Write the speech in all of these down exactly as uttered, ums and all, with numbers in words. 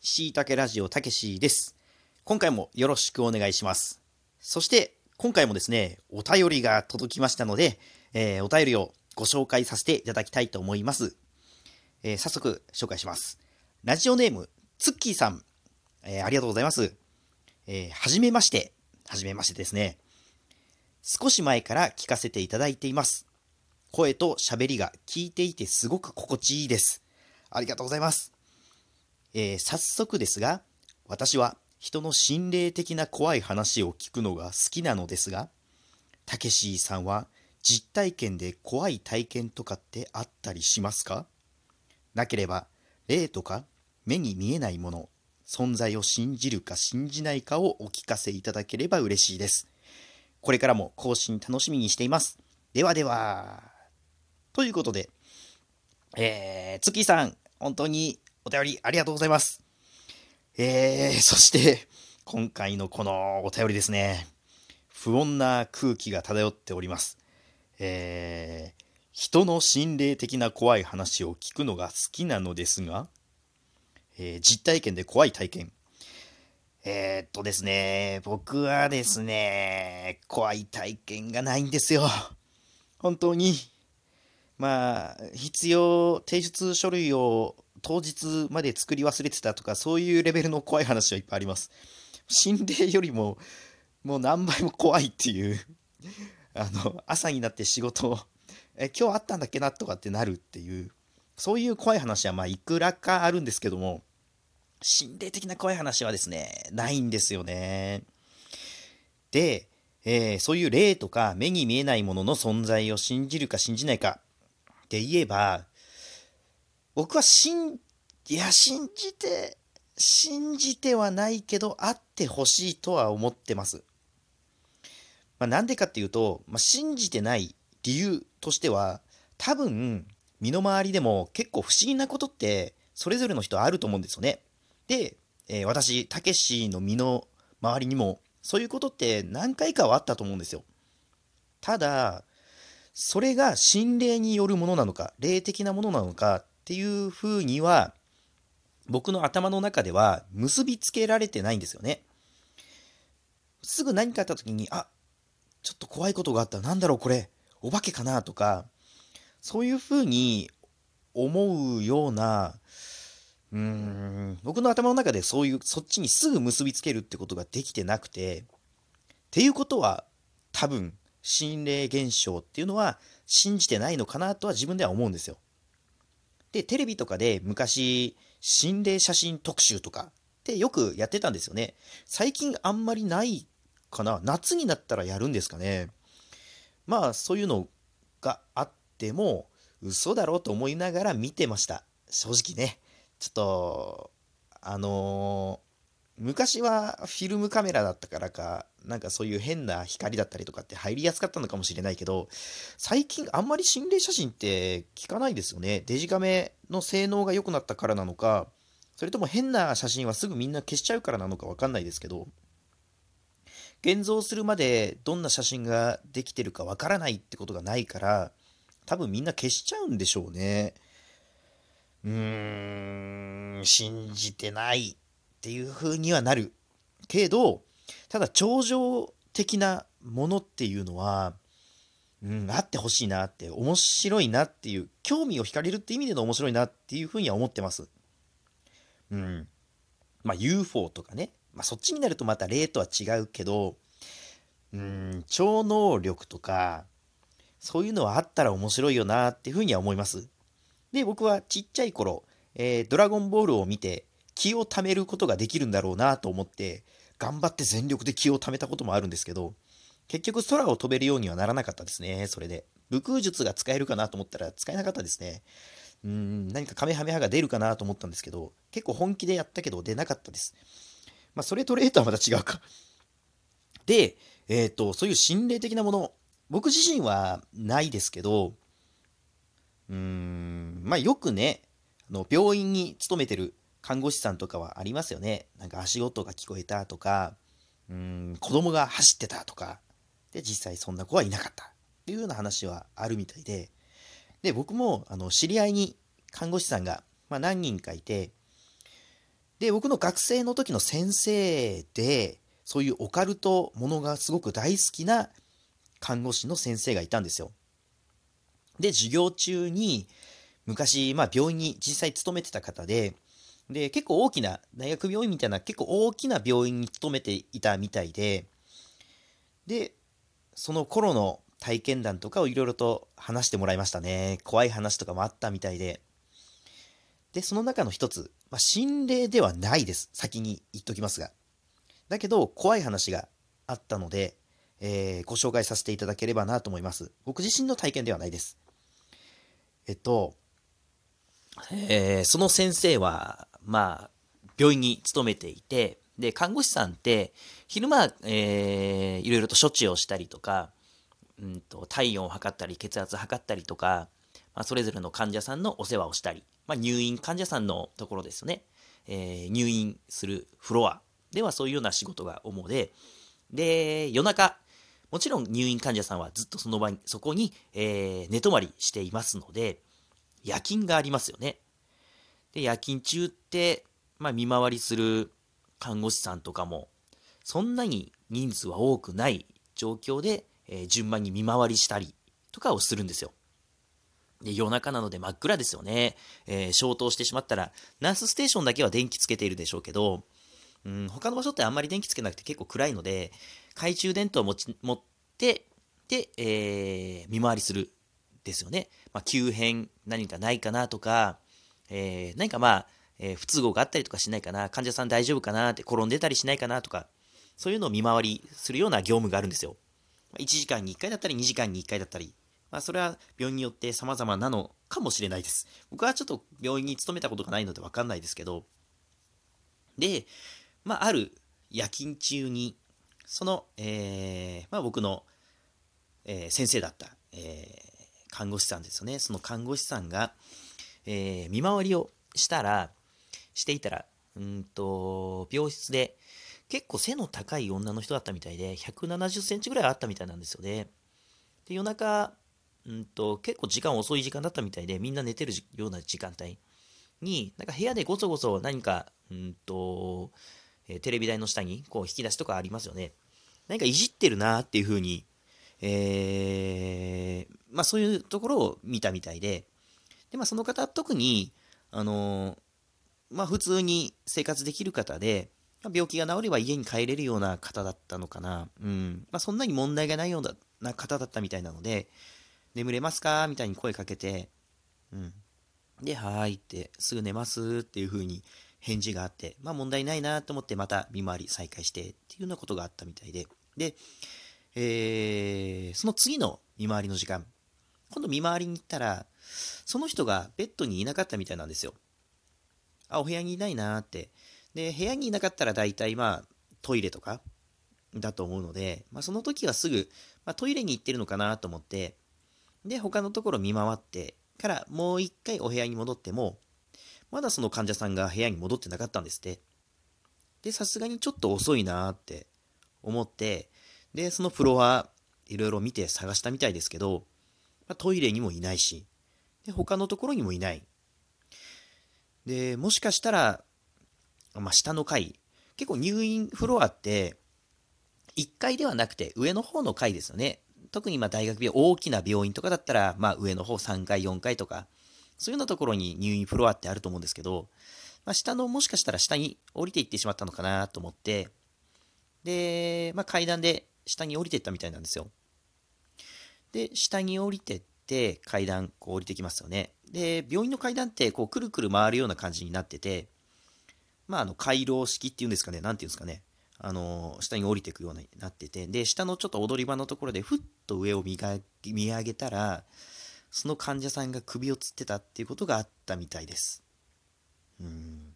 しいたけラジオたけしです。今回もよろしくお願いします。そして今回もですね、お便りが届きましたので、えー、お便りをご紹介させていただきたいと思います。えー、早速紹介します。ラジオネームツッキーさん、えー、ありがとうございます。えー、はじめまして、はじめましてですね。少し前から聞かせていただいています。声と喋りが聞いていてすごく心地いいです。ありがとうございます。えー、早速ですが、私は人の心霊的な怖い話を聞くのが好きなのですが、たけしさんは実体験で怖い体験とかってあったりしますか？なければ、霊とか目に見えないもの、存在を信じるか信じないかをお聞かせいただければ嬉しいです。これからも更新楽しみにしています。ではでは。ということで、えー、月さん、本当にお便りありがとうございます。えー、そして、今回のこのお便りですね、不穏な空気が漂っております。えー、人の心霊的な怖い話を聞くのが好きなのですが、えー実体験で怖い体験。えーっとですね、僕はですね、怖い体験がないんですよ。本当に。まあ、必要、提出書類を当日まで作り忘れてたとか、そういうレベルの怖い話はいっぱいあります。心霊よりも、もう何倍も怖いっていう、あの、朝になって仕事を、え、今日あったんだっけなとかってなるっていう、そういう怖い話は、まあ、いくらかあるんですけども、心霊的な怖い話はですね、ないんですよね。で、えーそういう霊とか目に見えないものの存在を信じるか信じないかって言えば、僕は信、いや、信じて、信じてはないけど、あってほしいとは思ってます。まあ、なんでかっていうと、まあ、信じてない理由としては、多分、身の回りでも結構不思議なことって、それぞれの人あると思うんですよね。で、えー私、たけしの身の回りにも、そういうことって何回かはあったと思うんですよ。ただ、それが心霊によるものなのか、霊的なものなのかっていうふうには、僕の頭の中では結びつけられてないんですよね。すぐ何かあった時に、あ、ちょっと怖いことがあった。なんだろうこれ。お化けかなとか、そういうふうに思うような、うーん、僕の頭の中でそういう、そっちにすぐ結びつけるってことができてなくて、っていうことは、多分、心霊現象っていうのは信じてないのかなとは自分では思うんですよ。で、テレビとかで昔、心霊写真特集とかってよくやってたんですよね。最近あんまりないかな。夏になったらやるんですかね。まあ、そういうのがあっても、嘘だろうと思いながら見てました。正直ね。ちょっと、あのー昔はフィルムカメラだったからか、なんかそういう変な光だったりとかって入りやすかったのかもしれないけど、最近あんまり心霊写真って聞かないですよね。デジカメの性能が良くなったからなのか、それとも変な写真はすぐみんな消しちゃうからなのかわかんないですけど、現像するまでどんな写真ができてるかわからないってことがないから、多分みんな消しちゃうんでしょうね。うーん、信じてないっていう風にはなる。けど、ただ超常的なものっていうのは、うん、あってほしいなって、面白いなっていう、興味を惹かれるって意味での面白いなっていう風には思ってます。うん。まあ ユーフォー とかね。まあそっちになるとまた例とは違うけど、うん、超能力とか、そういうのはあったら面白いよなっていう風には思います。で、僕はちっちゃい頃、えードラゴンボールを見て気を貯めることができるんだろうなと思って、頑張って全力で気を貯めたこともあるんですけど、結局空を飛べるようにはならなかったですね、それで。武空術が使えるかなと思ったら使えなかったですね。うーん、何かカメハメハが出るかなと思ったんですけど、結構本気でやったけど出なかったです。まあ、それと例とはまた違うか。で、えっと、そういう心霊的なもの、僕自身はないですけど、うーん、まあよくね、あの病院に勤めてる看護師さんとかはありますよね。なんか足音が聞こえたとか、うーん、子供が走ってたとか、で、実際そんな子はいなかったっていうような話はあるみたいで、で、僕もあの知り合いに看護師さんが、まあ、何人かいて、 で、僕の学生の時の先生で、そういうオカルトものがすごく大好きな看護師の先生がいたんですよ。で、授業中に、昔、まあ病院に実際勤めてた方で、で、結構大きな、大学病院みたいな結構大きな病院に勤めていたみたいで、で、その頃の体験談とかをいろいろと話してもらいましたね。怖い話とかもあったみたいで。で、その中の一つ、まあ、心霊ではないです。先に言っときますが。だけど、怖い話があったので、えーご紹介させていただければなと思います。僕自身の体験ではないです。えっと、えーその先生は、まあ、病院に勤めていて、で、看護師さんって、昼間、えーいろいろと処置をしたりとか、うんと、体温を測ったり、血圧測ったりとか、まあ、それぞれの患者さんのお世話をしたり、まあ、入院患者さんのところですよね。えー入院するフロアではそういうような仕事が主で、で、夜中、もちろん入院患者さんはずっとその場に、そこに、えー寝泊まりしていますので、夜勤がありますよね。で、夜勤中って、まあ、見回りする看護師さんとかも、そんなに人数は多くない状況で、えー順番に見回りしたりとかをするんですよ。で、夜中なので真っ暗ですよね。えー消灯してしまったら、ナースステーションだけは電気つけているでしょうけど、うん、他の場所ってあんまり電気つけなくて結構暗いので、懐中電灯を持ち持って、で、えー見回りするですよね。まあ、急変何かないかなとか、えー何かまあ、えー不都合があったりとかしないかな、患者さん大丈夫かなって、転んでたりしないかなとか、そういうのを見回りするような業務があるんですよ。いちじかんにいっかいだったりにじかんにいっかいだったり、まあ、それは病院によって様々なのかもしれないです。僕はちょっと病院に勤めたことがないのでわかんないですけど、で、まあ、ある夜勤中に、その、えーまあ、僕の、えー先生だった、えー看護師さんですよね。その看護師さんが、えー見回りをしたら、していたら、うんと、病室で、結構背の高い女の人だったみたいで、ひゃくななじゅっセンチぐらいあったみたいなんですよね。で、夜中、うんと、結構時間遅い時間だったみたいで、みんな寝てるような時間帯に、なんか部屋でごそごそ何か、うんと、えーテレビ台の下にこう引き出しとかありますよね。何かいじってるなーっていう風に、えーまあそういうところを見たみたいで、で、まあその方は特に、あのーまあ普通に生活できる方で、病気が治れば家に帰れるような方だったのかな。うん。まあそんなに問題がないような方だったみたいなので、眠れますかみたいに声かけて、うん。で、はーいって、すぐ寝ますっていう風に返事があって、まあ問題ないなと思ってまた見回り再開してっていうようなことがあったみたいで、で、えー、その次の見回りの時間、今度見回りに行ったら、その人がベッドにいなかったみたいなんですよ。あ、お部屋にいないなーって。で、部屋にいなかったら大体まあトイレとかだと思うので、まあその時はすぐ、まあ、トイレに行ってるのかなと思って、で、他のところ見回ってからもう一回お部屋に戻っても、まだその患者さんが部屋に戻ってなかったんですって。で、さすがにちょっと遅いなーって思って、で、そのフロアいろいろ見て探したみたいですけど、まあトイレにもいないし、で、他のところにもいない。で、もしかしたら、まあ、下の階、結構入院フロアっていっかいではなくて上の方の階ですよね。特にまあ大学病、大きな病院とかだったら、まあ上の方さんかい、よんかいとか、そういうようなところに入院フロアってあると思うんですけど、まあ、下の、もしかしたら下に降りていってしまったのかなと思って、で、まあ階段で下に降りていったみたいなんですよ。で、下に降りてって階段こう降りてきますよね。で、病院の階段ってこうくるくる回るような感じになってて、まああの回廊式っていうんですかね、なんていうんですかね。あの下に降りていくようになってて、で、下のちょっと踊り場のところでふっと上を見が見上げたら、その患者さんが首をつってたっていうことがあったみたいです。うーん。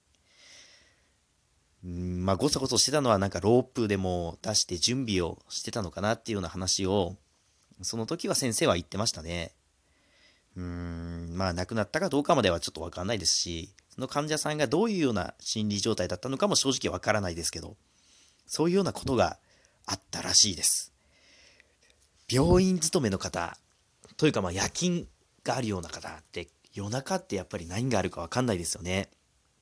うーんまあ、ごそごそしてたのはなんかロープでも出して準備をしてたのかなっていうような話を、その時は先生は言ってましたね。うーん、まあ亡くなったかどうかまではちょっとわかんないですし、その患者さんがどういうような心理状態だったのかも正直わからないですけど、そういうようなことがあったらしいです。病院勤めの方、というかまあ夜勤があるような方って夜中ってやっぱり何があるかわかんないですよね。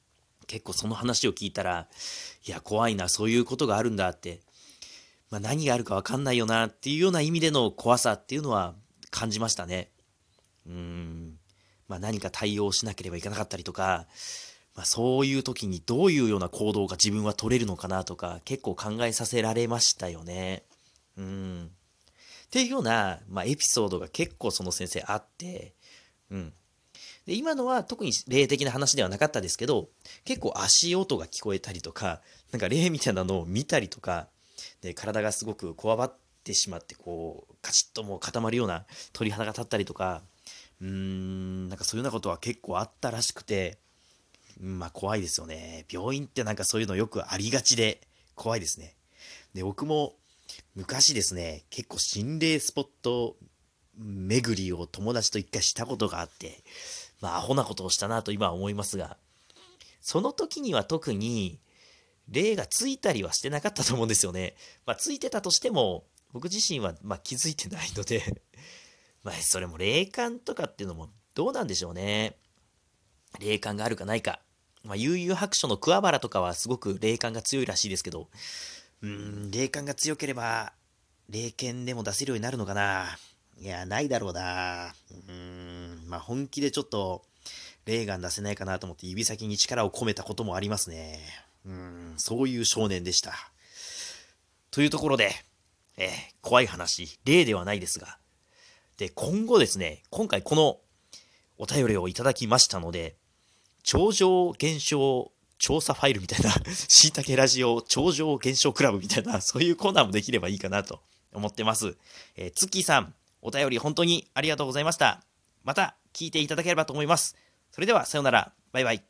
結構その話を聞いたら、いや、怖いな、そういうことがあるんだって、まあ、何があるか分かんないよなっていうような意味での怖さっていうのは感じましたね。うーん。まあ、何か対応しなければいけなかったりとか、まあ、そういう時にどういうような行動が自分は取れるのかなとか、結構考えさせられましたよね。うん。っていうような、まあ、エピソードが結構その先生あって、うん。で、今のは特に霊的な話ではなかったですけど、結構足音が聞こえたりとか、なんか霊みたいなのを見たりとか、で、体がすごくこわばってしまって、こう、カチッともう固まるような鳥肌が立ったりとか、うーん、なんかそういうようなことは結構あったらしくて、まあ怖いですよね。病院ってなんかそういうのよくありがちで怖いですね。で、僕も昔ですね、結構心霊スポット巡りを友達と一回したことがあって、まあアホなことをしたなと今は思いますが、その時には特に霊がついたりはしてなかったと思うんですよね。まあついてたとしても、僕自身はまあ気づいてないのでまあそれも霊感とかっていうのもどうなんでしょうね。霊感があるかないか。まあ、悠々白書の桑原とかはすごく霊感が強いらしいですけど、うーん、霊感が強ければ、霊剣でも出せるようになるのかな。いや、ないだろうな。うーん、まあ本気でちょっと、霊眼出せないかなと思って指先に力を込めたこともありますね。うーん、そういう少年でした。というところで、えー怖い話、霊ではないですが、で、今後ですね、今回このお便りをいただきましたので、超常現象調査ファイルみたいな、しいたけラジオ超常現象クラブみたいな、そういうコーナーもできればいいかなと思ってます。えー、ツッキーさん、お便り本当にありがとうございました。また聞いていただければと思います。それでは、さようなら。バイバイ。